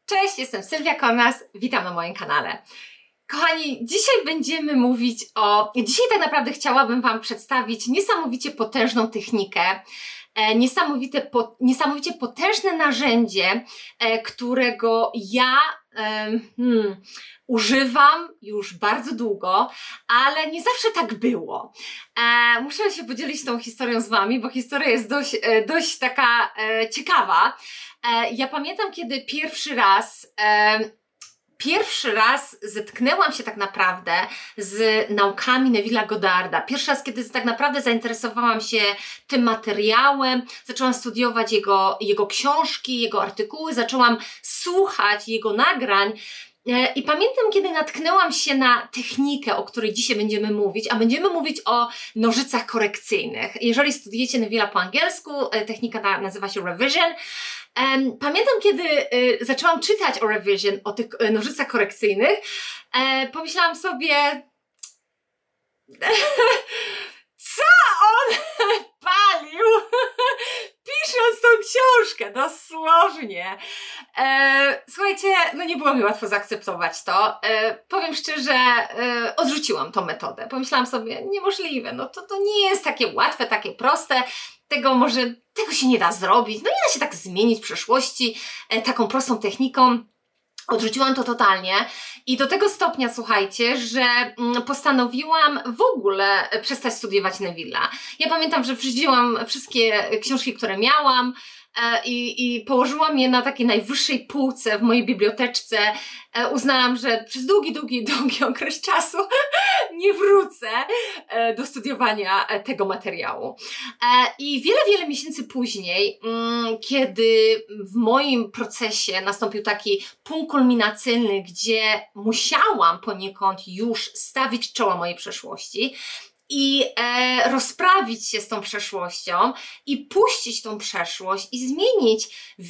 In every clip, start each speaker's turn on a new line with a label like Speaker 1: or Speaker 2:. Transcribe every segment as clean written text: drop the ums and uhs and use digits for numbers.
Speaker 1: Cześć, jestem Sylwia Konas, witam na moim kanale. Kochani, dzisiaj będziemy mówić Dzisiaj tak naprawdę chciałabym Wam przedstawić niesamowicie potężną technikę, niesamowicie potężne narzędzie, którego ja używam już bardzo długo, ale nie zawsze tak było. Muszę się podzielić tą historią z Wami, bo historia jest dość taka ciekawa. Ja pamiętam, kiedy pierwszy raz zetknęłam się tak naprawdę z naukami Neville'a Goddarda. Pierwszy raz, kiedy tak naprawdę zainteresowałam się tym materiałem, zaczęłam studiować jego książki, jego artykuły, zaczęłam słuchać jego nagrań. I pamiętam, kiedy natknęłam się na technikę, o której dzisiaj będziemy mówić, a będziemy mówić o nożycach korekcyjnych. Jeżeli studiujecie Neville'a po angielsku, technika ta nazywa się revision. Pamiętam, kiedy zaczęłam czytać o revision, o tych nożycach korekcyjnych, pomyślałam sobie, co on palił, pisząc tą książkę, dosłownie. Słuchajcie, no nie było mi łatwo zaakceptować to. Powiem szczerze, odrzuciłam tą metodę. Pomyślałam sobie, niemożliwe, no to nie jest takie łatwe, takie proste. Tego się nie da zrobić, no nie da się tak zmienić w przeszłości taką prostą techniką. Odrzuciłam to totalnie i do tego stopnia, słuchajcie, że postanowiłam w ogóle przestać studiować Neville'a. Ja pamiętam, że wzięłam wszystkie książki, które miałam, i położyłam je na takiej najwyższej półce w mojej biblioteczce. Uznałam, że przez długi okres czasu nie wrócę do studiowania tego materiału. I wiele miesięcy później, kiedy w moim procesie nastąpił taki punkt kulminacyjny, gdzie musiałam poniekąd już stawić czoła mojej przeszłości, i rozprawić się z tą przeszłością i puścić tą przeszłość i zmienić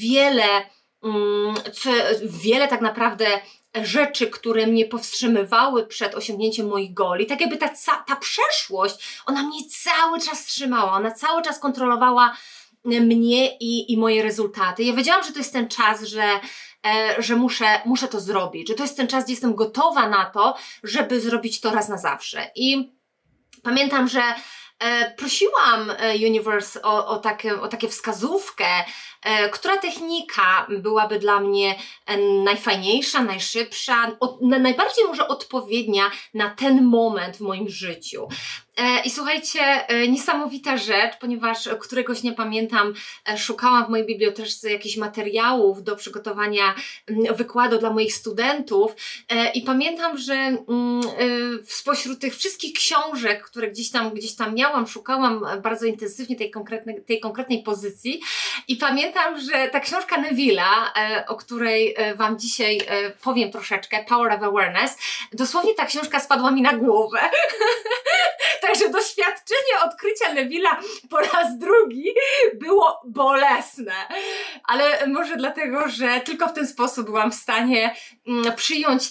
Speaker 1: wiele tak naprawdę rzeczy, które mnie powstrzymywały przed osiągnięciem moich goli. Tak jakby ta przeszłość, ona mnie cały czas trzymała, ona cały czas kontrolowała mnie i moje rezultaty. Ja wiedziałam, że to jest ten czas, że muszę to zrobić, że to jest ten czas, gdzie jestem gotowa na to, żeby zrobić to raz na zawsze. I pamiętam, że prosiłam Universe o takie wskazówkę, która technika byłaby dla mnie najfajniejsza, najszybsza, najbardziej może odpowiednia na ten moment w moim życiu. I słuchajcie, niesamowita rzecz, ponieważ któregoś dnia pamiętam, szukałam w mojej bibliotece jakichś materiałów do przygotowania wykładu dla moich studentów i pamiętam, że spośród tych wszystkich książek, które gdzieś tam miałam, szukałam bardzo intensywnie tej konkretnej pozycji i pamiętam, że ta książka Neville'a, o której Wam dzisiaj powiem troszeczkę, Power of Awareness, dosłownie ta książka spadła mi na głowę. Także doświadczenie odkrycia Neville'a po raz drugi było bolesne, ale może dlatego, że tylko w ten sposób byłam w stanie przyjąć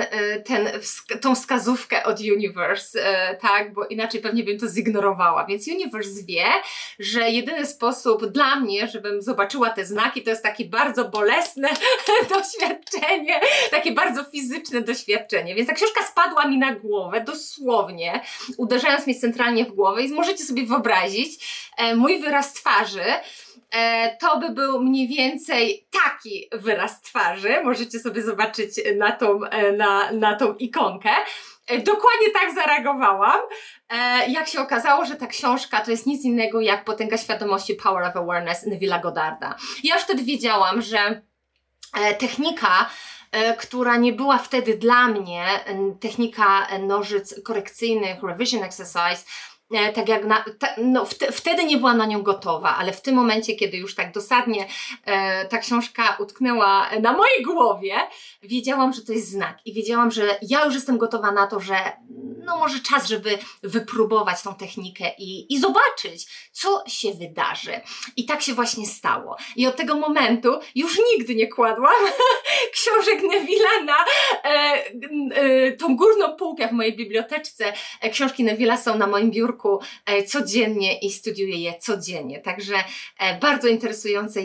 Speaker 1: tą wskazówkę od Universe, tak, bo inaczej pewnie bym to zignorowała, więc Universe wie, że jedyny sposób dla mnie, żebym zobaczyła te znaki, to jest takie bardzo bolesne doświadczenie, takie bardzo fizyczne doświadczenie, więc ta książka spadła mi na głowę, dosłownie, uderzając mnie centralnie w głowę i możecie sobie wyobrazić mój wyraz twarzy. To by był mniej więcej taki wyraz twarzy, możecie sobie zobaczyć na tą ikonkę. Dokładnie tak zareagowałam, jak się okazało, że ta książka to jest nic innego jak Potęga Świadomości, Power of Awareness Neville'a Goddarda. Ja już wtedy wiedziałam, że technika, która nie była wtedy dla mnie, technika nożyc korekcyjnych, revision exercise, tak jak wtedy nie była na nią gotowa, ale w tym momencie, kiedy już tak dosadnie ta książka utknęła na mojej głowie, wiedziałam, że to jest znak i wiedziałam, że ja już jestem gotowa na to, że no może czas, żeby wypróbować tą technikę i zobaczyć, co się wydarzy. I tak się właśnie stało. I od tego momentu już nigdy nie kładłam książek Neville'a na tą górną półkę w mojej biblioteczce. Książki Neville'a są na moim biurku codziennie i studiuję je codziennie. Także bardzo interesujące,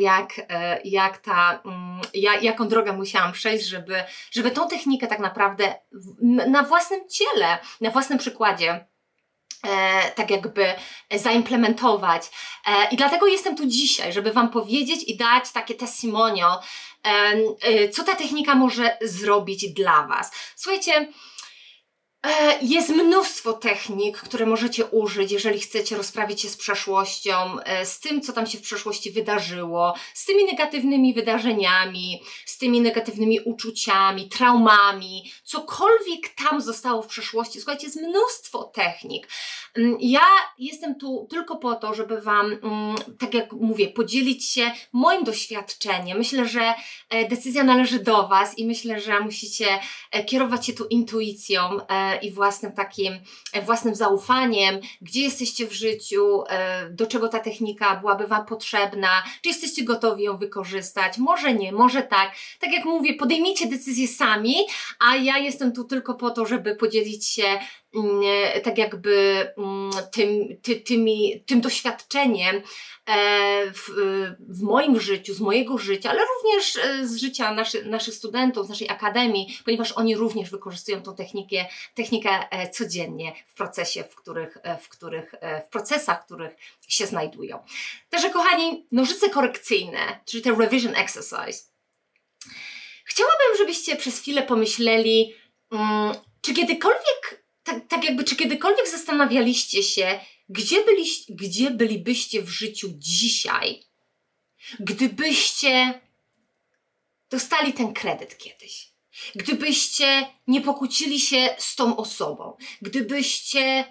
Speaker 1: jaką drogę musiałam przejść, żeby tą technikę tak naprawdę na własnym ciele, na własnym przykładzie tak jakby zaimplementować. I dlatego jestem tu dzisiaj, żeby Wam powiedzieć i dać takie testimonial, co ta technika może zrobić dla Was. Słuchajcie, jest mnóstwo technik, które możecie użyć, jeżeli chcecie rozprawić się z przeszłością, z tym, co tam się w przeszłości wydarzyło, z tymi negatywnymi wydarzeniami, z tymi negatywnymi uczuciami, traumami, cokolwiek tam zostało w przeszłości. Słuchajcie, jest mnóstwo technik. Ja jestem tu tylko po to, żeby Wam, tak jak mówię, podzielić się moim doświadczeniem. Myślę, że decyzja należy do Was i myślę, że musicie kierować się tu intuicją i własnym zaufaniem, gdzie jesteście w życiu, do czego ta technika byłaby Wam potrzebna, czy jesteście gotowi ją wykorzystać, może nie, może tak. Tak jak mówię, podejmijcie decyzję sami, a ja jestem tu tylko po to, żeby podzielić się tak jakby tym doświadczeniem w moim życiu, z mojego życia, ale również z życia naszych studentów, z naszej akademii, ponieważ oni również wykorzystują tą technikę codziennie w procesie, w procesach, w których się znajdują. Także kochani, nożyce korekcyjne, czyli te revision exercise. Chciałabym, żebyście przez chwilę pomyśleli, czy kiedykolwiek zastanawialiście się, gdzie bylibyście w życiu dzisiaj, gdybyście dostali ten kredyt kiedyś, gdybyście nie pokłócili się z tą osobą, gdybyście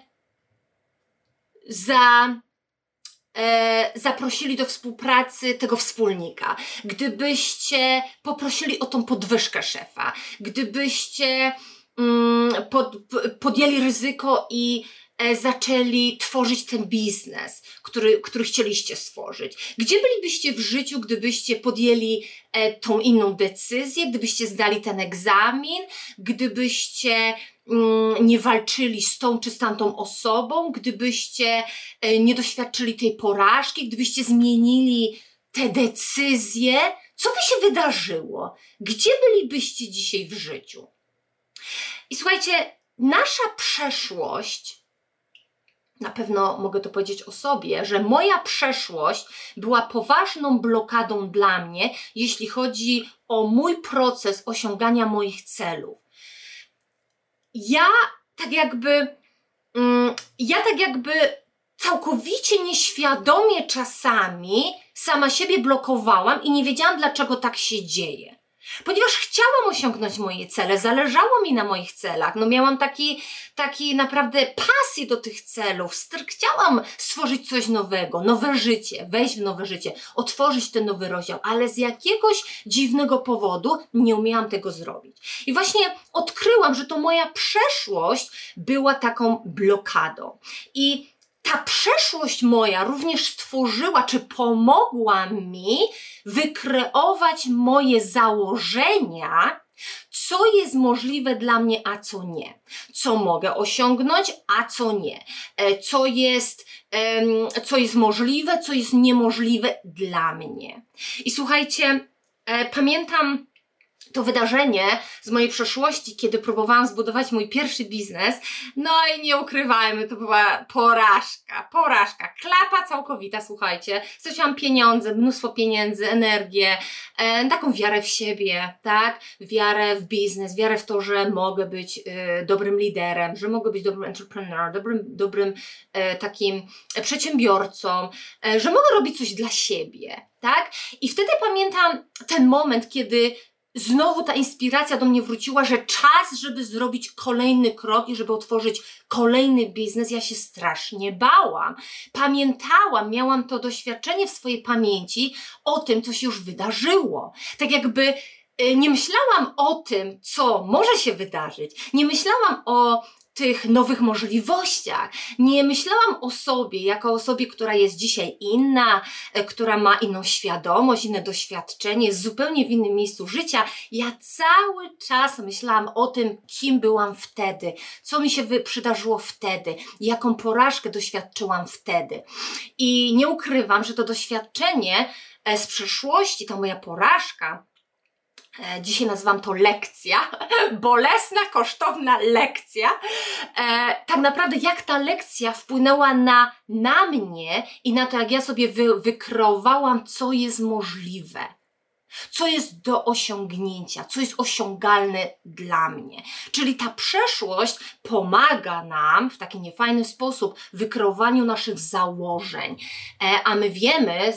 Speaker 1: zaprosili do współpracy tego wspólnika, gdybyście poprosili o tą podwyżkę szefa, gdybyście podjęli ryzyko i zaczęli tworzyć ten biznes, który chcieliście stworzyć. Gdzie bylibyście w życiu, gdybyście podjęli tą inną decyzję, gdybyście zdali ten egzamin, gdybyście nie walczyli z tą czy z tamtą osobą, gdybyście nie doświadczyli tej porażki, gdybyście zmienili te decyzje, co by się wydarzyło? Gdzie bylibyście dzisiaj w życiu? I słuchajcie, nasza przeszłość, na pewno mogę to powiedzieć o sobie, że moja przeszłość była poważną blokadą dla mnie, jeśli chodzi o mój proces osiągania moich celów. Ja tak jakby całkowicie nieświadomie czasami sama siebie blokowałam i nie wiedziałam, dlaczego tak się dzieje. Ponieważ chciałam osiągnąć moje cele, zależało mi na moich celach, no miałam taki naprawdę pasję do tych celów, chciałam stworzyć coś nowego, nowe życie, wejść w nowe życie, otworzyć ten nowy rozdział, ale z jakiegoś dziwnego powodu nie umiałam tego zrobić. I właśnie odkryłam, że to moja przeszłość była taką blokadą. I ta przeszłość moja również stworzyła, czy pomogła mi wykreować moje założenia, co jest możliwe dla mnie, a co nie. Co mogę osiągnąć, a co nie. Co jest możliwe, co jest niemożliwe dla mnie. I słuchajcie, pamiętam to wydarzenie z mojej przeszłości, kiedy próbowałam zbudować mój pierwszy biznes, no i nie ukrywajmy, to była porażka, klapa całkowita, słuchajcie. Straciłam pieniądze, mnóstwo pieniędzy, energię, taką wiarę w siebie, tak? Wiarę w biznes, wiarę w to, że mogę być dobrym liderem, że mogę być dobrym entrepreneur, dobrym takim przedsiębiorcą, że mogę robić coś dla siebie, tak? I wtedy pamiętam ten moment, kiedy znowu ta inspiracja do mnie wróciła, że czas, żeby zrobić kolejny krok i żeby otworzyć kolejny biznes. Ja się strasznie bałam. Pamiętałam, miałam to doświadczenie w swojej pamięci o tym, co się już wydarzyło. Tak jakby nie myślałam o tym, co może się wydarzyć. Nie myślałam o tych nowych możliwościach. Nie myślałam o sobie jako osobie, która jest dzisiaj inna, która ma inną świadomość, inne doświadczenie, jest zupełnie w innym miejscu życia. Ja cały czas myślałam o tym, kim byłam wtedy, co mi się przydarzyło wtedy, jaką porażkę doświadczyłam wtedy. I nie ukrywam, że to doświadczenie z przeszłości, ta moja porażka, dzisiaj nazywam to lekcja, bolesna, kosztowna lekcja. Tak naprawdę jak ta lekcja wpłynęła na mnie i na to, jak ja sobie wykreowałam, co jest możliwe. Co jest do osiągnięcia, co jest osiągalne dla mnie. Czyli ta przeszłość pomaga nam w taki niefajny sposób w wykreowaniu naszych założeń. A my wiemy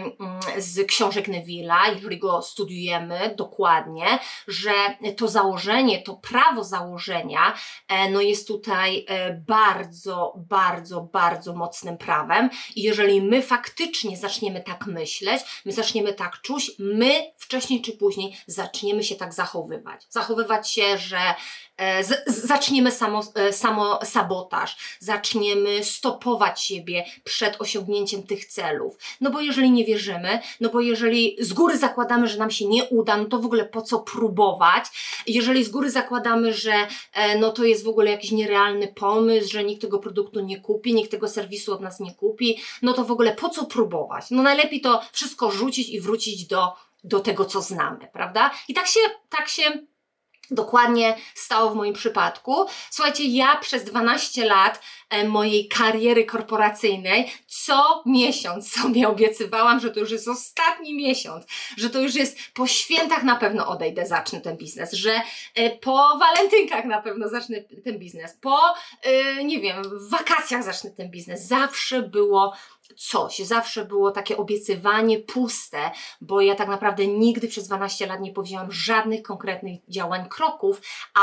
Speaker 1: z książek Neville'a, jeżeli go studiujemy dokładnie, że to założenie, to prawo założenia no jest tutaj bardzo, bardzo, bardzo mocnym prawem. I jeżeli my faktycznie zaczniemy tak myśleć, my zaczniemy tak czuć, my wcześniej czy później zaczniemy się tak zachowywać. Zachowywać się, że zaczniemy sabotaż, zaczniemy stopować siebie przed osiągnięciem tych celów. No bo jeżeli nie wierzymy, no bo jeżeli z góry zakładamy, że nam się nie uda, no to w ogóle po co próbować? Jeżeli z góry zakładamy, że no to jest w ogóle jakiś nierealny pomysł, że nikt tego produktu nie kupi, nikt tego serwisu od nas nie kupi, no to w ogóle po co próbować? No najlepiej to wszystko rzucić i wrócić do tego, co znamy, prawda? I tak się dokładnie stało w moim przypadku. Słuchajcie, ja przez 12 lat mojej kariery korporacyjnej co miesiąc sobie obiecywałam, że to już jest ostatni miesiąc, że to już jest po świętach na pewno odejdę, zacznę ten biznes, że po walentynkach na pewno zacznę ten biznes, po, nie wiem, w wakacjach zacznę ten biznes. Zawsze było coś, zawsze było takie obiecywanie puste, bo ja tak naprawdę nigdy przez 12 lat nie podjęłam żadnych konkretnych działań, kroków,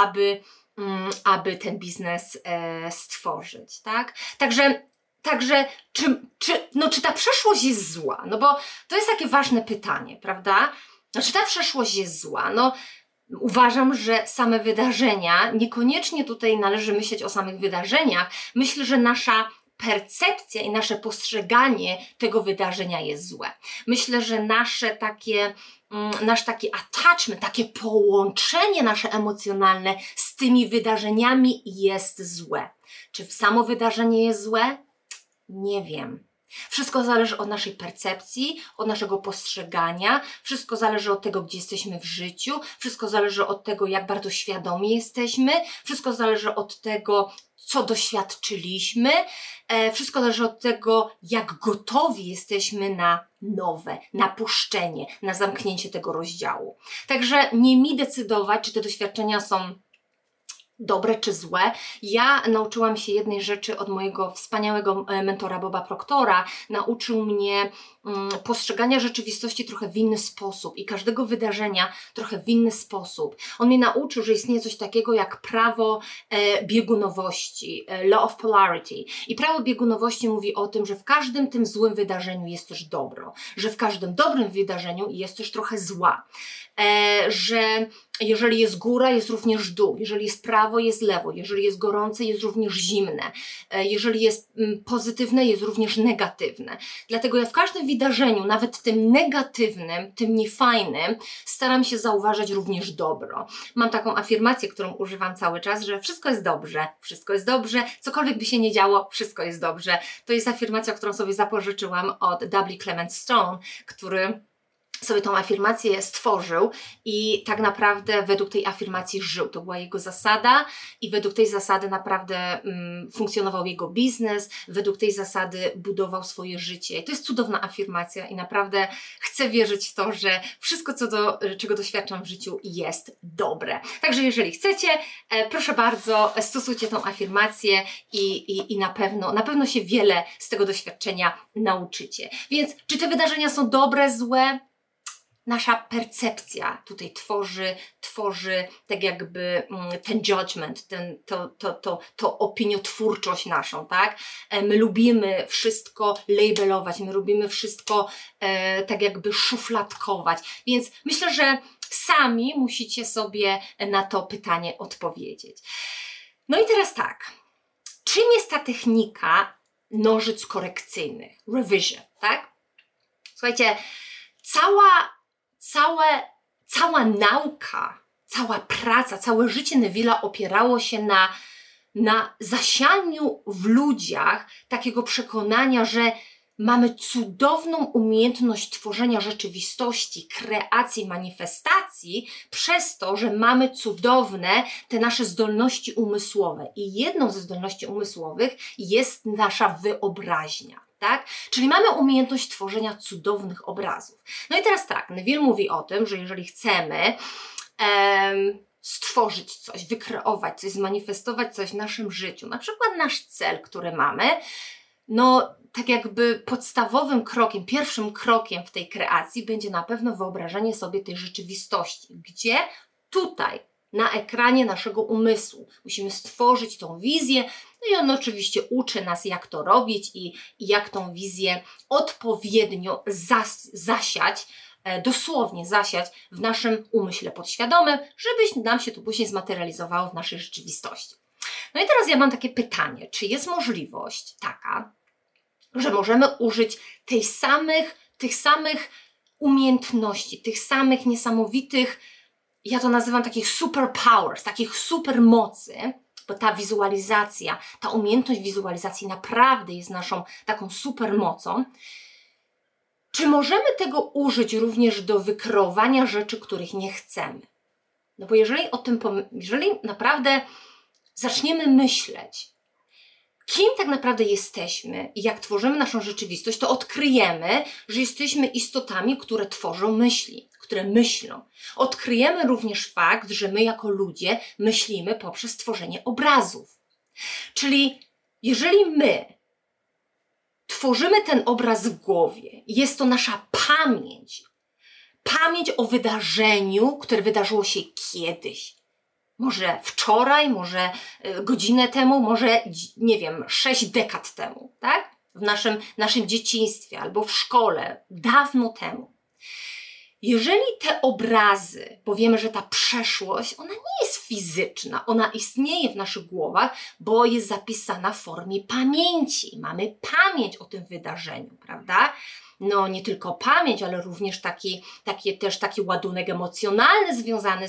Speaker 1: aby ten biznes stworzyć, tak? Także czy ta przeszłość jest zła? No bo to jest takie ważne pytanie, prawda? No, czy ta przeszłość jest zła? No, uważam, że same wydarzenia, niekoniecznie tutaj należy myśleć o samych wydarzeniach, myślę, że nasza percepcja i nasze postrzeganie tego wydarzenia jest złe. Myślę, że nasz taki attachment, takie połączenie nasze emocjonalne z tymi wydarzeniami jest złe. Czy samo wydarzenie jest złe? Nie wiem. Wszystko zależy od naszej percepcji, od naszego postrzegania, wszystko zależy od tego, gdzie jesteśmy w życiu, wszystko zależy od tego, jak bardzo świadomi jesteśmy, wszystko zależy od tego, co doświadczyliśmy, wszystko zależy od tego, jak gotowi jesteśmy na nowe, na puszczenie, na zamknięcie tego rozdziału. Także nie mi decydować, czy te doświadczenia są dobre czy złe. Ja nauczyłam się jednej rzeczy od mojego wspaniałego mentora Boba Proctora. Nauczył mnie postrzegania rzeczywistości trochę w inny sposób i każdego wydarzenia trochę w inny sposób. On mnie nauczył, że istnieje coś takiego jak prawo biegunowości, law of polarity. I prawo biegunowości mówi o tym, że w każdym tym złym wydarzeniu jest też dobro, że w każdym dobrym wydarzeniu jest też trochę zła, że jeżeli jest góra, jest również dół, jeżeli jest prawo, jest lewo, jeżeli jest gorące, jest również zimne, jeżeli jest pozytywne, jest również negatywne. Dlatego ja w każdym wydarzeniu, nawet tym negatywnym, tym niefajnym, staram się zauważać również dobro. Mam taką afirmację, którą używam cały czas, że wszystko jest dobrze, cokolwiek by się nie działo, wszystko jest dobrze. To jest afirmacja, którą sobie zapożyczyłam od W. Clement Stone, który sobie tą afirmację stworzył i tak naprawdę według tej afirmacji żył. To była jego zasada i według tej zasady naprawdę funkcjonował jego biznes, według tej zasady budował swoje życie. I to jest cudowna afirmacja i naprawdę chcę wierzyć w to, że wszystko, czego doświadczam w życiu, jest dobre. Także jeżeli chcecie, proszę bardzo, stosujcie tą afirmację i na pewno się wiele z tego doświadczenia nauczycie. Więc czy te wydarzenia są dobre, złe? Nasza percepcja tutaj tworzy tak jakby ten judgment, to opiniotwórczość naszą, tak? My lubimy wszystko labelować, my lubimy wszystko tak jakby szufladkować, więc myślę, że sami musicie sobie na to pytanie odpowiedzieć. No i teraz tak, czym jest ta technika nożyc korekcyjnych, revision, tak? Słuchajcie, cała nauka, cała praca, całe życie Neville'a opierało się na zasianiu w ludziach takiego przekonania, że mamy cudowną umiejętność tworzenia rzeczywistości, kreacji, manifestacji przez to, że mamy cudowne te nasze zdolności umysłowe. I jedną ze zdolności umysłowych jest nasza wyobraźnia. Tak? Czyli mamy umiejętność tworzenia cudownych obrazów. No i teraz tak, Neville mówi o tym, że jeżeli chcemy stworzyć coś, wykreować coś, zmanifestować coś w naszym życiu, na przykład nasz cel, który mamy, no tak jakby podstawowym krokiem, pierwszym krokiem w tej kreacji będzie na pewno wyobrażenie sobie tej rzeczywistości, gdzie tutaj na ekranie naszego umysłu musimy stworzyć tą wizję, no i on oczywiście uczy nas, jak to robić i jak tą wizję odpowiednio zasiać, dosłownie zasiać w naszym umyśle podświadomym, żeby nam się to później zmaterializowało w naszej rzeczywistości. No i teraz ja mam takie pytanie, czy jest możliwość taka, że możemy użyć tych samych umiejętności, tych samych niesamowitych, ja to nazywam takich superpowers, takich supermocy, bo ta wizualizacja, ta umiejętność wizualizacji naprawdę jest naszą taką supermocą. Czy możemy tego użyć również do wykreowania rzeczy, których nie chcemy? No bo jeżeli naprawdę zaczniemy myśleć, kim tak naprawdę jesteśmy i jak tworzymy naszą rzeczywistość, to odkryjemy, że jesteśmy istotami, które tworzą myśli, które myślą. Odkryjemy również fakt, że my jako ludzie myślimy poprzez tworzenie obrazów. Czyli jeżeli my tworzymy ten obraz w głowie, jest to nasza pamięć o wydarzeniu, które wydarzyło się kiedyś, może wczoraj, może godzinę temu, może, nie wiem, 6 dekad temu, tak? W naszym dzieciństwie albo w szkole, dawno temu. Jeżeli te obrazy, bo wiemy, że ta przeszłość, ona nie jest fizyczna, ona istnieje w naszych głowach, bo jest zapisana w formie pamięci. Mamy pamięć o tym wydarzeniu, prawda? No nie tylko pamięć, ale również taki ładunek emocjonalny związany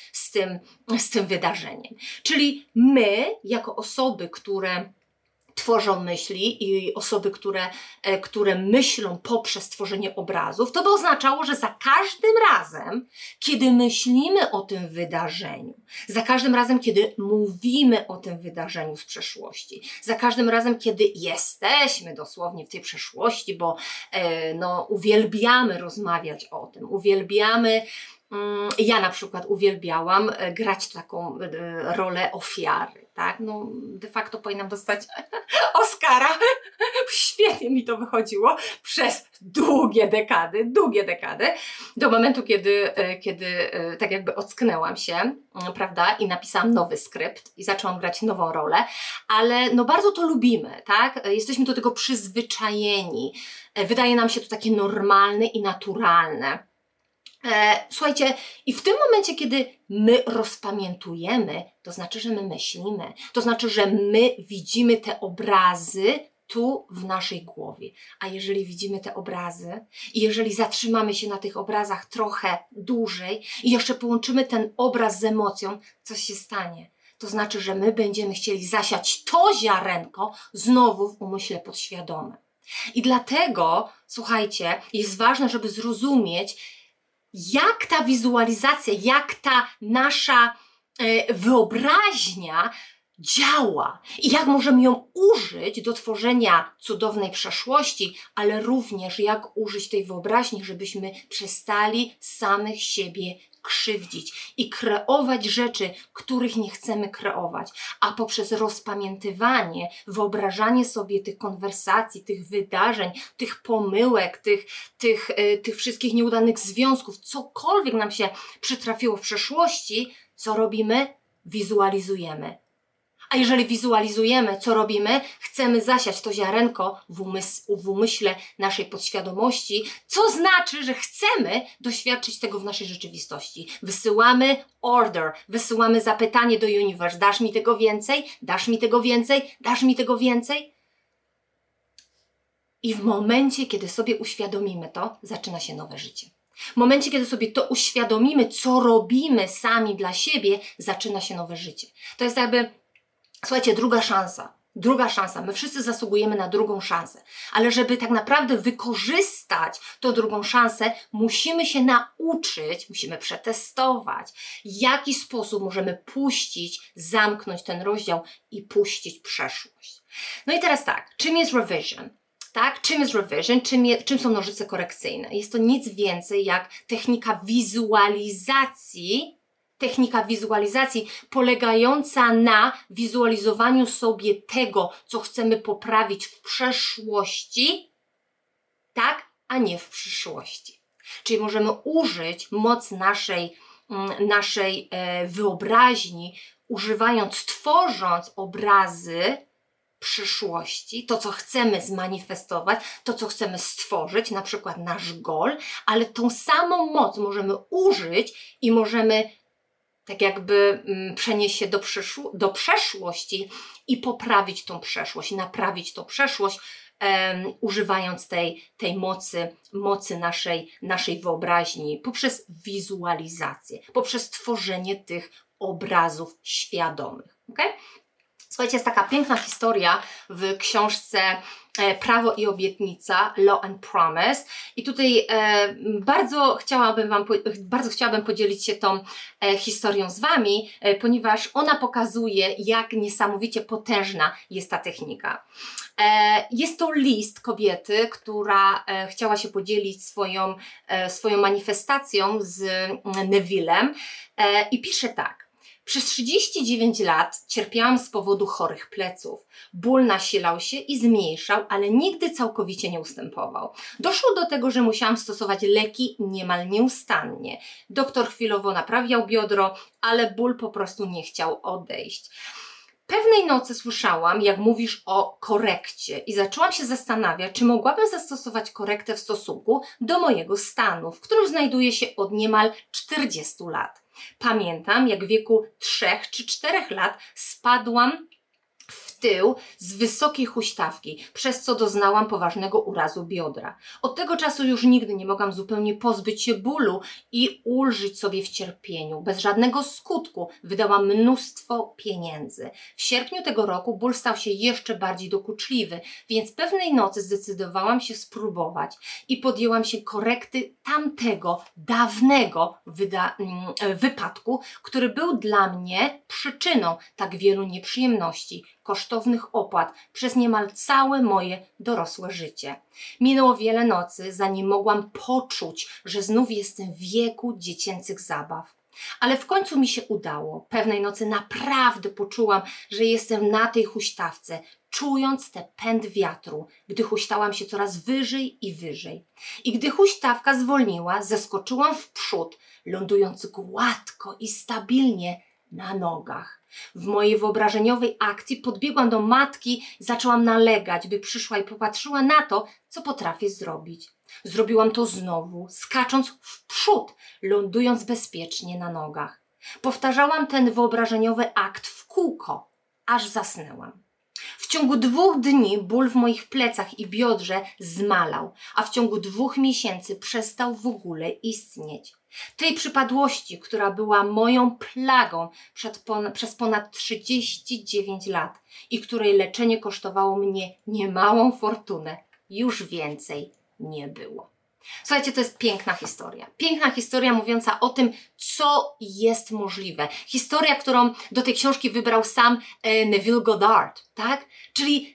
Speaker 1: z tym wydarzeniem. Czyli my, jako osoby, które tworzą myśli i osoby, które myślą poprzez tworzenie obrazów, to by oznaczało, że za każdym razem, kiedy myślimy o tym wydarzeniu, za każdym razem, kiedy mówimy o tym wydarzeniu z przeszłości, za każdym razem, kiedy jesteśmy dosłownie w tej przeszłości, bo uwielbiamy rozmawiać o tym, ja na przykład uwielbiałam grać taką rolę ofiary, tak? No de facto powinnam dostać Oscara. Świetnie mi to wychodziło przez długie dekady, do momentu, kiedy tak jakby ocknęłam się, prawda? I napisałam nowy skrypt i zaczęłam grać nową rolę, ale no bardzo to lubimy, tak? Jesteśmy do tego przyzwyczajeni. Wydaje nam się to takie normalne i naturalne. Słuchajcie, i w tym momencie, kiedy my rozpamiętujemy, to znaczy, że my myślimy, to znaczy, że my widzimy te obrazy tu w naszej głowie. A jeżeli widzimy te obrazy i jeżeli zatrzymamy się na tych obrazach trochę dłużej i jeszcze połączymy ten obraz z emocją, coś się stanie. To znaczy, że my będziemy chcieli zasiać to ziarenko znowu w umyśle podświadomym. I dlatego, słuchajcie, jest ważne, żeby zrozumieć, jak ta wizualizacja, jak ta nasza wyobraźnia działa i jak możemy ją użyć do tworzenia cudownej przeszłości, ale również jak użyć tej wyobraźni, żebyśmy przestali samych siebie krzywdzić i kreować rzeczy, których nie chcemy kreować, a poprzez rozpamiętywanie, wyobrażanie sobie tych konwersacji, tych wydarzeń, tych pomyłek, tych wszystkich nieudanych związków, cokolwiek nam się przytrafiło w przeszłości, co robimy? Wizualizujemy. A jeżeli wizualizujemy, co robimy, chcemy zasiać to ziarenko w umyśle naszej podświadomości, co znaczy, że chcemy doświadczyć tego w naszej rzeczywistości. Wysyłamy order, wysyłamy zapytanie do universe, dasz mi tego więcej, dasz mi tego więcej, dasz mi tego więcej. I w momencie, kiedy sobie uświadomimy to, zaczyna się nowe życie. W momencie, kiedy sobie to uświadomimy, co robimy sami dla siebie, zaczyna się nowe życie. To jest jakby, słuchajcie, druga szansa. Druga szansa. My wszyscy zasługujemy na drugą szansę. Ale żeby tak naprawdę wykorzystać tą drugą szansę, musimy się nauczyć, musimy przetestować, w jaki sposób możemy puścić, zamknąć ten rozdział i puścić przeszłość. No i teraz tak, czym jest revision? Tak? Czym jest revision? Czym są nożyce korekcyjne? Jest to nic więcej jak technika wizualizacji polegająca na wizualizowaniu sobie tego, co chcemy poprawić w przeszłości, tak, a nie w przyszłości. Czyli możemy użyć moc naszej wyobraźni, tworząc obrazy przyszłości, to co chcemy zmanifestować, to co chcemy stworzyć, na przykład nasz goal, ale tą samą moc możemy użyć i możemy tak jakby przenieść się do przeszłości i poprawić tą przeszłość, naprawić tą przeszłość, używając tej mocy naszej wyobraźni poprzez wizualizację, poprzez tworzenie tych obrazów świadomych. Okay? Słuchajcie, jest taka piękna historia w książce Prawo i obietnica, Law and Promise. I tutaj bardzo chciałabym podzielić się tą historią z Wami, ponieważ ona pokazuje, jak niesamowicie potężna jest ta technika. Jest to list kobiety, która chciała się podzielić swoją manifestacją z Nevillem i pisze tak. Przez 39 lat cierpiałam z powodu chorych pleców. Ból nasilał się i zmniejszał, ale nigdy całkowicie nie ustępował. Doszło do tego, że musiałam stosować leki niemal nieustannie. Doktor chwilowo naprawiał biodro, ale ból po prostu nie chciał odejść. Pewnej nocy słyszałam, jak mówisz o korekcie i zaczęłam się zastanawiać, czy mogłabym zastosować korektę w stosunku do mojego stanu, w którym znajduję się od niemal 40 lat. Pamiętam, jak w wieku 3 czy 4 lat spadłam w tył z wysokiej huśtawki, przez co doznałam poważnego urazu biodra. Od tego czasu już nigdy nie mogłam zupełnie pozbyć się bólu i ulżyć sobie w cierpieniu. Bez żadnego skutku wydałam mnóstwo pieniędzy. W sierpniu tego roku ból stał się jeszcze bardziej dokuczliwy, więc pewnej nocy zdecydowałam się spróbować i podjęłam się korekty tamtego, dawnego wypadku, który był dla mnie przyczyną tak wielu nieprzyjemności, kosztownych opłat przez niemal całe moje dorosłe życie. Minęło wiele nocy, zanim mogłam poczuć, że znów jestem w wieku dziecięcych zabaw. Ale w końcu mi się udało. Pewnej nocy naprawdę poczułam, że jestem na tej huśtawce, czując tę pęd wiatru, gdy huśtałam się coraz wyżej i wyżej. I gdy huśtawka zwolniła, zeskoczyłam w przód, lądując gładko i stabilnie na nogach. W mojej wyobrażeniowej akcji podbiegłam do matki i zaczęłam nalegać, by przyszła i popatrzyła na to, co potrafię zrobić. Zrobiłam to znowu, skacząc w przód, lądując bezpiecznie na nogach. Powtarzałam ten wyobrażeniowy akt w kółko, aż zasnęłam. W ciągu 2 dni ból w moich plecach i biodrze zmalał, a w ciągu 2 miesięcy przestał w ogóle istnieć. Tej przypadłości, która była moją plagą przez ponad 39 lat i której leczenie kosztowało mnie niemałą fortunę, już więcej nie było. Słuchajcie, to jest piękna historia. Piękna historia mówiąca o tym, co jest możliwe. Historia, którą do tej książki wybrał sam Neville Goddard, tak? Czyli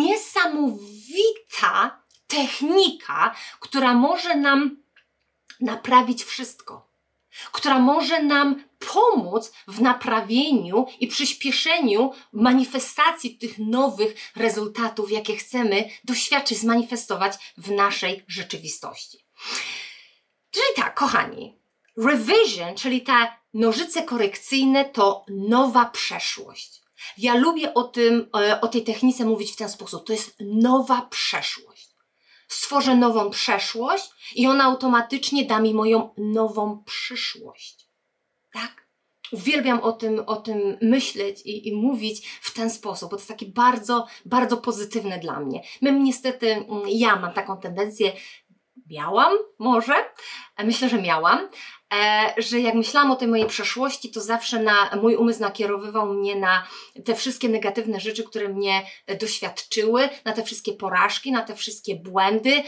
Speaker 1: niesamowita technika, która może nam naprawić wszystko. Która może nam pomóc w naprawieniu i przyspieszeniu manifestacji tych nowych rezultatów, jakie chcemy doświadczyć, zmanifestować w naszej rzeczywistości. Czyli tak, kochani, revision, czyli te nożyce korekcyjne, to nowa przeszłość. Ja lubię o tej technice mówić w ten sposób. To jest nowa przeszłość. Stworzę nową przeszłość i ona automatycznie da mi moją nową przyszłość. Tak? Uwielbiam o tym myśleć i mówić w ten sposób, bo to jest takie bardzo, bardzo pozytywne dla mnie. Niestety, ja mam taką tendencję, miałam może, myślę, że miałam, że jak myślałam o tej mojej przeszłości, to zawsze mój umysł nakierowywał mnie na te wszystkie negatywne rzeczy, które mnie doświadczyły, na te wszystkie porażki, na te wszystkie błędy.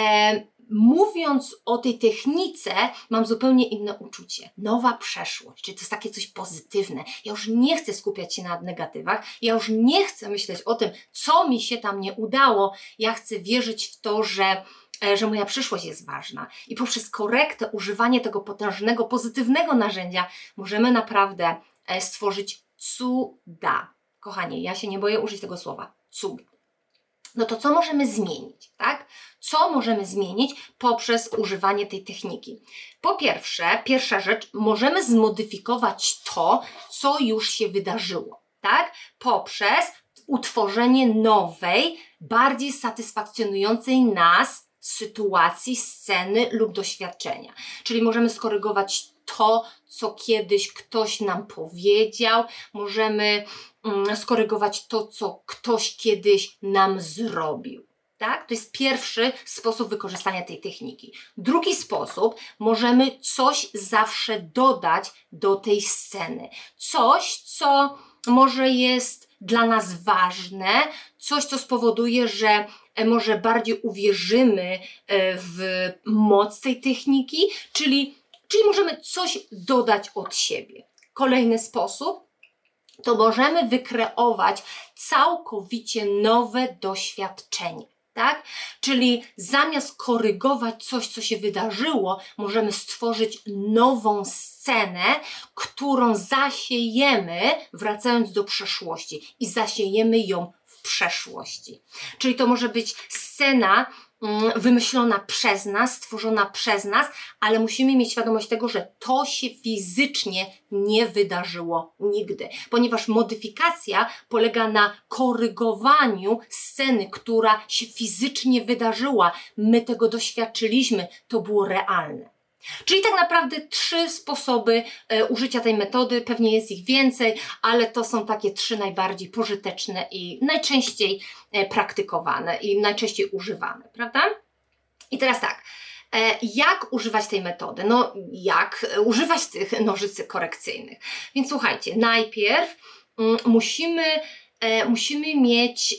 Speaker 1: Mówiąc o tej technice, mam zupełnie inne uczucie. Nowa przeszłość, czyli to jest takie coś pozytywne. Ja już nie chcę skupiać się na negatywach, ja już nie chcę myśleć o tym, co mi się tam nie udało. Ja chcę wierzyć w to, że moja przyszłość jest ważna. I poprzez korektę, używanie tego potężnego, pozytywnego narzędzia możemy naprawdę stworzyć cuda. Kochanie, ja się nie boję użyć tego słowa. Cud. No to co możemy zmienić, tak? Co możemy zmienić poprzez używanie tej techniki? Po pierwsze, pierwsza rzecz, możemy zmodyfikować to, co już się wydarzyło, tak? Poprzez utworzenie nowej, bardziej satysfakcjonującej nas sytuacji, sceny lub doświadczenia. Czyli możemy skorygować to, co kiedyś ktoś nam powiedział, możemy skorygować to, co ktoś kiedyś nam zrobił. Tak? To jest pierwszy sposób wykorzystania tej techniki. Drugi sposób, możemy coś zawsze dodać do tej sceny. Coś, co może jest dla nas ważne, coś, co spowoduje, że może bardziej uwierzymy w moc tej techniki, czyli możemy coś dodać od siebie. Kolejny sposób to możemy wykreować całkowicie nowe doświadczenie. Tak? Czyli zamiast korygować coś, co się wydarzyło, możemy stworzyć nową scenę, którą zasiejemy, wracając do przeszłości, i zasiejemy ją w przeszłości. Czyli to może być scena wymyślona przez nas, stworzona przez nas, ale musimy mieć świadomość tego, że to się fizycznie nie wydarzyło nigdy, ponieważ modyfikacja polega na korygowaniu sceny, która się fizycznie wydarzyła. My tego doświadczyliśmy, to było realne. Czyli tak naprawdę 3 sposoby użycia tej metody, pewnie jest ich więcej, ale to są takie 3 najbardziej pożyteczne i najczęściej praktykowane i najczęściej używane, prawda? I teraz tak, jak używać tej metody? No, jak używać tych nożycy korekcyjnych? Więc słuchajcie, najpierw musimy mieć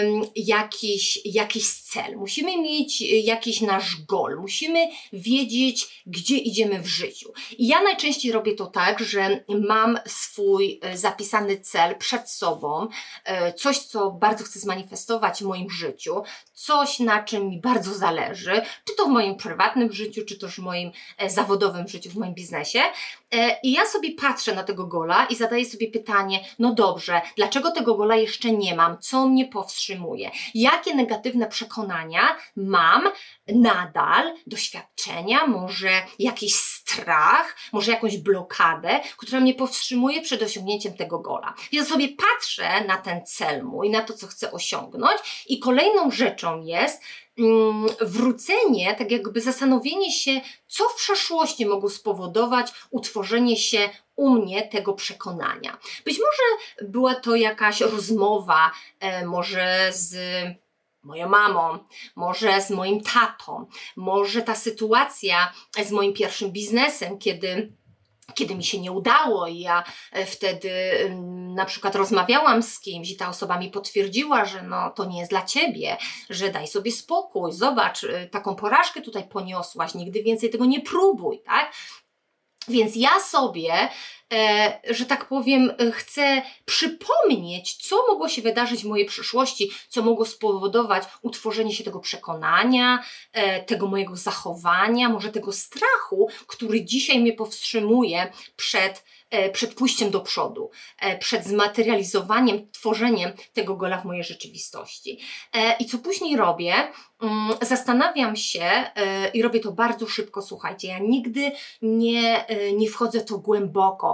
Speaker 1: jakiś cel, musimy mieć jakiś nasz goal, musimy wiedzieć, gdzie idziemy w życiu. I ja najczęściej robię to tak, że mam swój zapisany cel przed sobą, coś, co bardzo chcę zmanifestować w moim życiu, coś, na czym mi bardzo zależy, czy to w moim prywatnym życiu, czy też w moim zawodowym życiu, w moim biznesie. I ja sobie patrzę na tego goala i zadaję sobie pytanie, no dobrze, dlaczego tego goala jeszcze nie mam? Co mnie powstrzymuje? Jakie negatywne przekonania mam nadal, doświadczenia, może jakiś strach, może jakąś blokadę, która mnie powstrzymuje przed osiągnięciem tego goala. Ja sobie patrzę na ten cel mój, na to, co chcę osiągnąć, i kolejną rzeczą jest wrócenie, tak jakby zastanowienie się, co w przeszłości mogło spowodować utworzenie się u mnie tego przekonania. Być może była to jakaś rozmowa, może z moją mamą, może z moim tatą, może ta sytuacja z moim pierwszym biznesem, kiedy mi się nie udało i ja wtedy na przykład rozmawiałam z kimś i ta osoba mi potwierdziła, że no to nie jest dla ciebie, że daj sobie spokój, zobacz, taką porażkę tutaj poniosłaś, nigdy więcej tego nie próbuj, tak? Więc ja sobie, że tak powiem, chcę przypomnieć, co mogło się wydarzyć w mojej przyszłości, co mogło spowodować utworzenie się tego przekonania, tego mojego zachowania, może tego strachu, który dzisiaj mnie powstrzymuje przed pójściem do przodu, przed zmaterializowaniem, tworzeniem tego goala w mojej rzeczywistości. I co później robię? Zastanawiam się i robię to bardzo szybko, słuchajcie, ja nigdy nie wchodzę w to głęboko.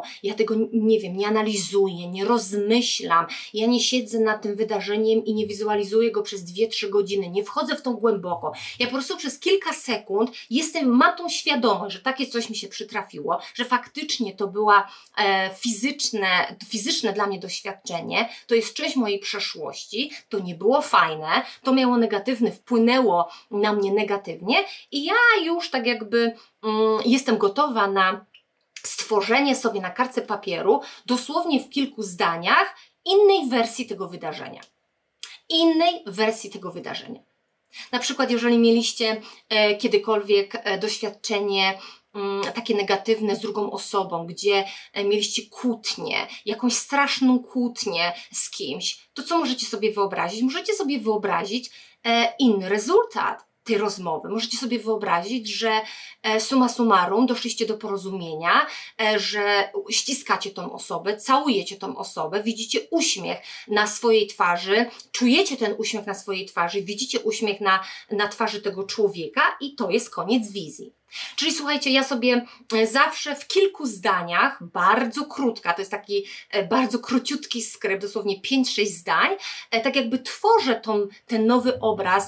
Speaker 1: ja tego nie wiem, nie analizuję, nie rozmyślam, ja nie siedzę nad tym wydarzeniem i nie wizualizuję go przez 2-3 godziny, nie wchodzę w to głęboko. Ja po prostu przez kilka sekund mam tą świadomość, że takie coś mi się przytrafiło, że faktycznie to była fizyczne dla mnie doświadczenie, to jest część mojej przeszłości, to nie było fajne, to miało negatywny, wpłynęło na mnie negatywnie i ja już tak jakby jestem gotowa na stworzenie sobie na kartce papieru dosłownie w kilku zdaniach innej wersji tego wydarzenia. Innej wersji tego wydarzenia. Na przykład, jeżeli mieliście kiedykolwiek doświadczenie takie negatywne z drugą osobą, gdzie mieliście kłótnię, jakąś straszną kłótnię z kimś, to co możecie sobie wyobrazić? Możecie sobie wyobrazić inny rezultat tej rozmowy. Możecie sobie wyobrazić, że summa summarum doszliście do porozumienia, że ściskacie tą osobę, całujecie tą osobę, widzicie uśmiech na swojej twarzy, czujecie ten uśmiech na swojej twarzy, widzicie uśmiech na twarzy tego człowieka i to jest koniec wizji. Czyli słuchajcie, ja sobie zawsze w kilku zdaniach, bardzo krótka, to jest taki bardzo króciutki skrypt, dosłownie 5-6 zdań, tak jakby tworzę ten nowy obraz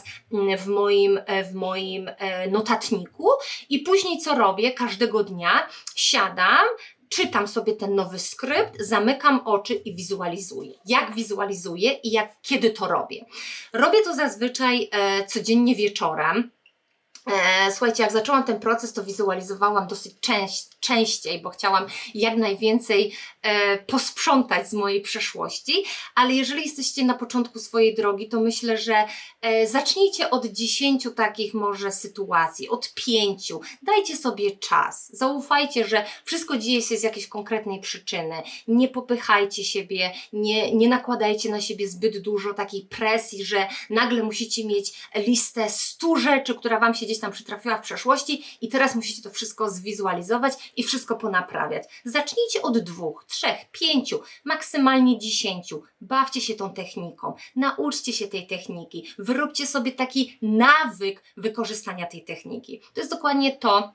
Speaker 1: w moim notatniku i później co robię? Każdego dnia siadam, czytam sobie ten nowy skrypt, zamykam oczy i wizualizuję. Jak wizualizuję i kiedy to robię? Robię to zazwyczaj codziennie wieczorem. Słuchajcie, jak zaczęłam ten proces, to wizualizowałam dosyć częściej, bo chciałam jak najwięcej posprzątać z mojej przeszłości, ale jeżeli jesteście na początku swojej drogi, to myślę, że zacznijcie od 10 takich może sytuacji, od 5. Dajcie sobie czas. Zaufajcie, że wszystko dzieje się z jakiejś konkretnej przyczyny. Nie popychajcie siebie, nie nakładajcie na siebie zbyt dużo takiej presji, że nagle musicie mieć listę 100 rzeczy, która Wam się gdzieś tam przytrafiła w przeszłości i teraz musicie to wszystko zwizualizować i wszystko ponaprawiać. Zacznijcie od 2, 3, 5, maksymalnie 10. Bawcie się tą techniką, nauczcie się tej techniki, wyróbcie sobie taki nawyk wykorzystania tej techniki. To jest dokładnie to,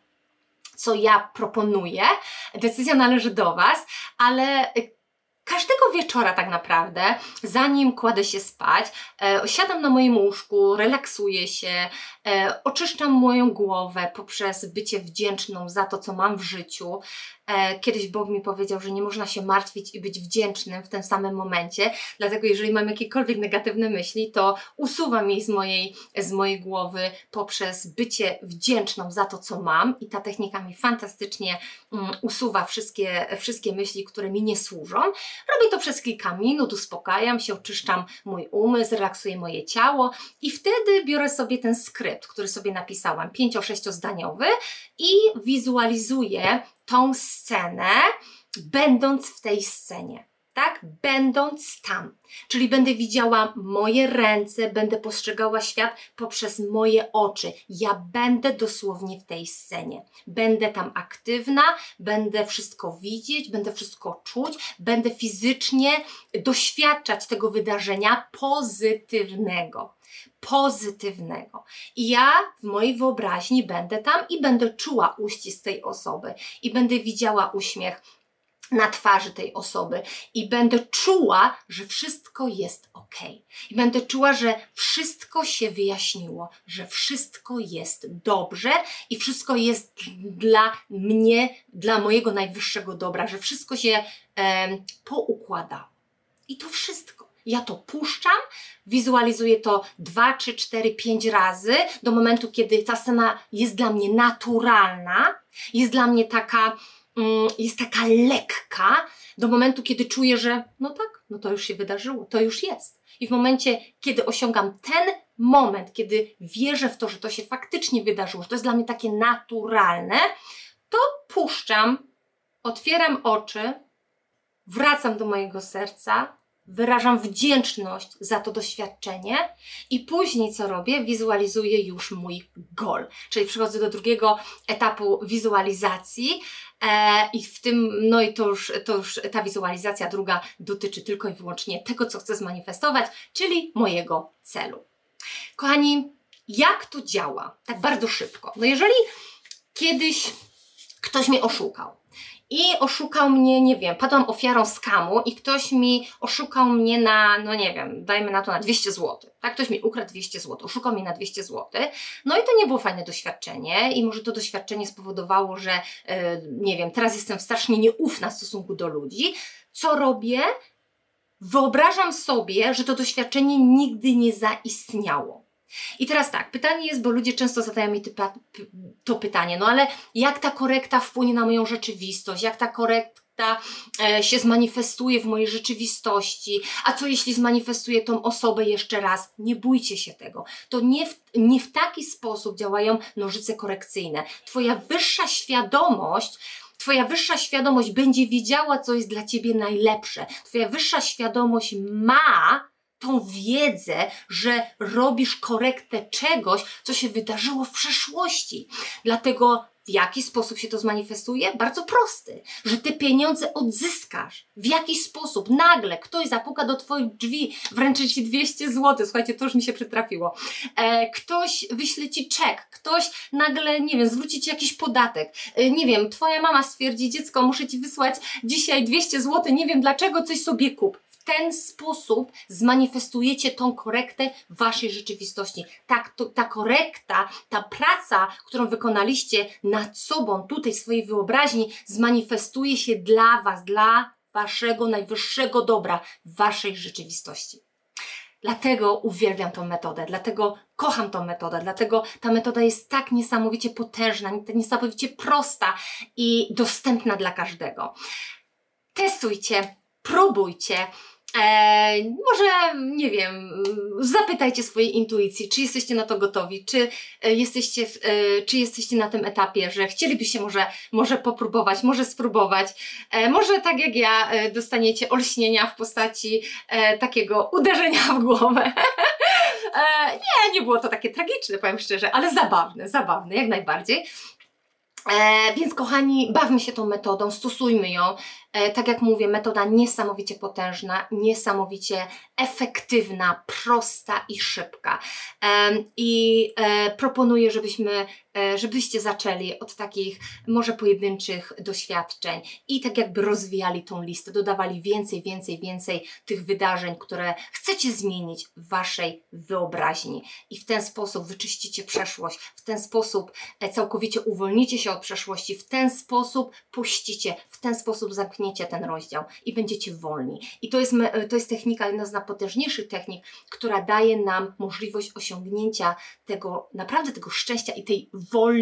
Speaker 1: co ja proponuję. Decyzja należy do Was, ale każdego wieczora tak naprawdę, zanim kładę się spać, siadam na moim łóżku, relaksuję się, oczyszczam moją głowę poprzez bycie wdzięczną za to, co mam w życiu. Kiedyś Bóg mi powiedział, że nie można się martwić i być wdzięcznym w tym samym momencie, dlatego jeżeli mam jakiekolwiek negatywne myśli, to usuwam je z mojej głowy poprzez bycie wdzięczną za to, co mam i ta technika mi fantastycznie usuwa wszystkie myśli, które mi nie służą. Robię to przez kilka minut, uspokajam się, oczyszczam mój umysł, relaksuję moje ciało i wtedy biorę sobie ten skrypt, który sobie napisałam, 5-6 zdaniowy i wizualizuję tą scenę, będąc w tej scenie, tak? Będąc tam. Czyli będę widziała moje ręce, będę postrzegała świat poprzez moje oczy. Ja będę dosłownie w tej scenie. Będę tam aktywna, będę wszystko widzieć, będę wszystko czuć, będę fizycznie doświadczać tego wydarzenia pozytywnego. I ja w mojej wyobraźni będę tam i będę czuła uścisk tej osoby i będę widziała uśmiech na twarzy tej osoby i będę czuła, że wszystko jest ok. I będę czuła, że wszystko się wyjaśniło, że wszystko jest dobrze i wszystko jest dla mnie, dla mojego najwyższego dobra, że wszystko się poukładało. I to wszystko. Ja to puszczam, wizualizuję to 2, 3, 4, 5 razy do momentu, kiedy ta scena jest dla mnie naturalna, jest dla mnie taka lekka, do momentu, kiedy czuję, że no tak, no to już się wydarzyło, to już jest. I w momencie, kiedy osiągam ten moment, kiedy wierzę w to, że to się faktycznie wydarzyło, że to jest dla mnie takie naturalne, to puszczam, otwieram oczy, wracam do mojego serca, wyrażam wdzięczność za to doświadczenie i później co robię? Wizualizuję już mój goal. Czyli przechodzę do drugiego etapu wizualizacji i w tym, no i to już ta wizualizacja druga dotyczy tylko i wyłącznie tego, co chcę zmanifestować, czyli mojego celu. Kochani, jak to działa? Tak bardzo szybko. No jeżeli kiedyś ktoś mnie oszukał i oszukał mnie, nie wiem, padłam ofiarą skamu i ktoś mi oszukał mnie na, no nie wiem, dajmy na to na 200 zł. Tak, ktoś mi ukradł 200 zł, oszukał mnie na 200 zł. No i to nie było fajne doświadczenie i może to doświadczenie spowodowało, że nie wiem, teraz jestem strasznie nieufna w stosunku do ludzi. Co robię? Wyobrażam sobie, że to doświadczenie nigdy nie zaistniało. I teraz tak, pytanie jest, bo ludzie często zadają mi to pytanie, no ale jak ta korekta wpłynie na moją rzeczywistość, jak ta korekta się zmanifestuje w mojej rzeczywistości, a co jeśli zmanifestuje tą osobę jeszcze raz? Nie bójcie się tego. To nie w taki sposób działają nożyce korekcyjne. Twoja wyższa świadomość będzie wiedziała, co jest dla Ciebie najlepsze. Twoja wyższa świadomość ma tą wiedzę, że robisz korektę czegoś, co się wydarzyło w przeszłości. Dlatego w jaki sposób się to zmanifestuje? Bardzo prosty, że Ty pieniądze odzyskasz. W jaki sposób? Nagle ktoś zapuka do Twoich drzwi, wręczy Ci 200 zł, słuchajcie, to już mi się przytrafiło. Ktoś wyśle Ci czek, ktoś nagle, nie wiem, zwróci Ci jakiś podatek. Nie wiem, Twoja mama stwierdzi, dziecko, muszę Ci wysłać dzisiaj 200 zł, nie wiem dlaczego, coś sobie kup. W ten sposób zmanifestujecie tą korektę w Waszej rzeczywistości. Ta korekta, ta praca, którą wykonaliście nad sobą, tutaj w swojej wyobraźni, zmanifestuje się dla Was, dla Waszego najwyższego dobra w Waszej rzeczywistości. Dlatego uwielbiam tą metodę, dlatego kocham tą metodę, dlatego ta metoda jest tak niesamowicie potężna, tak niesamowicie prosta i dostępna dla każdego. Testujcie, próbujcie. Może, nie wiem, zapytajcie swojej intuicji, czy jesteście na to gotowi, czy jesteście na tym etapie, że chcielibyście może popróbować, może spróbować, może tak jak ja dostaniecie olśnienia w postaci takiego uderzenia w głowę. Nie było to takie tragiczne, powiem szczerze, ale zabawne, jak najbardziej. Więc kochani, bawmy się tą metodą, stosujmy ją. Tak jak mówię, metoda niesamowicie potężna, niesamowicie efektywna, prosta i szybka. Proponuję, żebyście zaczęli od takich może pojedynczych doświadczeń i tak jakby rozwijali tą listę, dodawali więcej tych wydarzeń, które chcecie zmienić w Waszej wyobraźni i w ten sposób wyczyścicie przeszłość, w ten sposób całkowicie uwolnicie się od przeszłości, w ten sposób puścicie, w ten sposób zamkniecie ten rozdział i będziecie wolni. I to jest technika, jedna z najpotężniejszych technik, która daje nam możliwość osiągnięcia naprawdę tego szczęścia i tej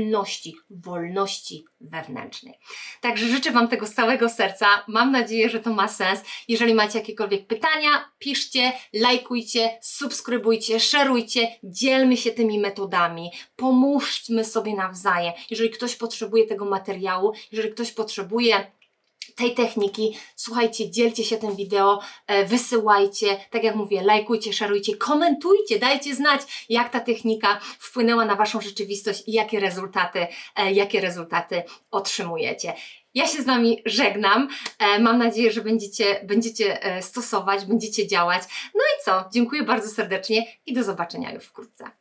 Speaker 1: wolności wewnętrznej. Także życzę Wam tego z całego serca. Mam nadzieję, że to ma sens. Jeżeli macie jakiekolwiek pytania, piszcie, lajkujcie, subskrybujcie, szerujcie, dzielmy się tymi metodami, pomóżmy sobie nawzajem. Jeżeli ktoś potrzebuje tego materiału, jeżeli ktoś potrzebuje tej techniki, słuchajcie, dzielcie się tym wideo, wysyłajcie, tak jak mówię, lajkujcie, szerujcie, komentujcie, dajcie znać, jak ta technika wpłynęła na Waszą rzeczywistość i jakie rezultaty otrzymujecie. Ja się z Wami żegnam, mam nadzieję, że będziecie stosować, będziecie działać. No i co? Dziękuję bardzo serdecznie i do zobaczenia już wkrótce.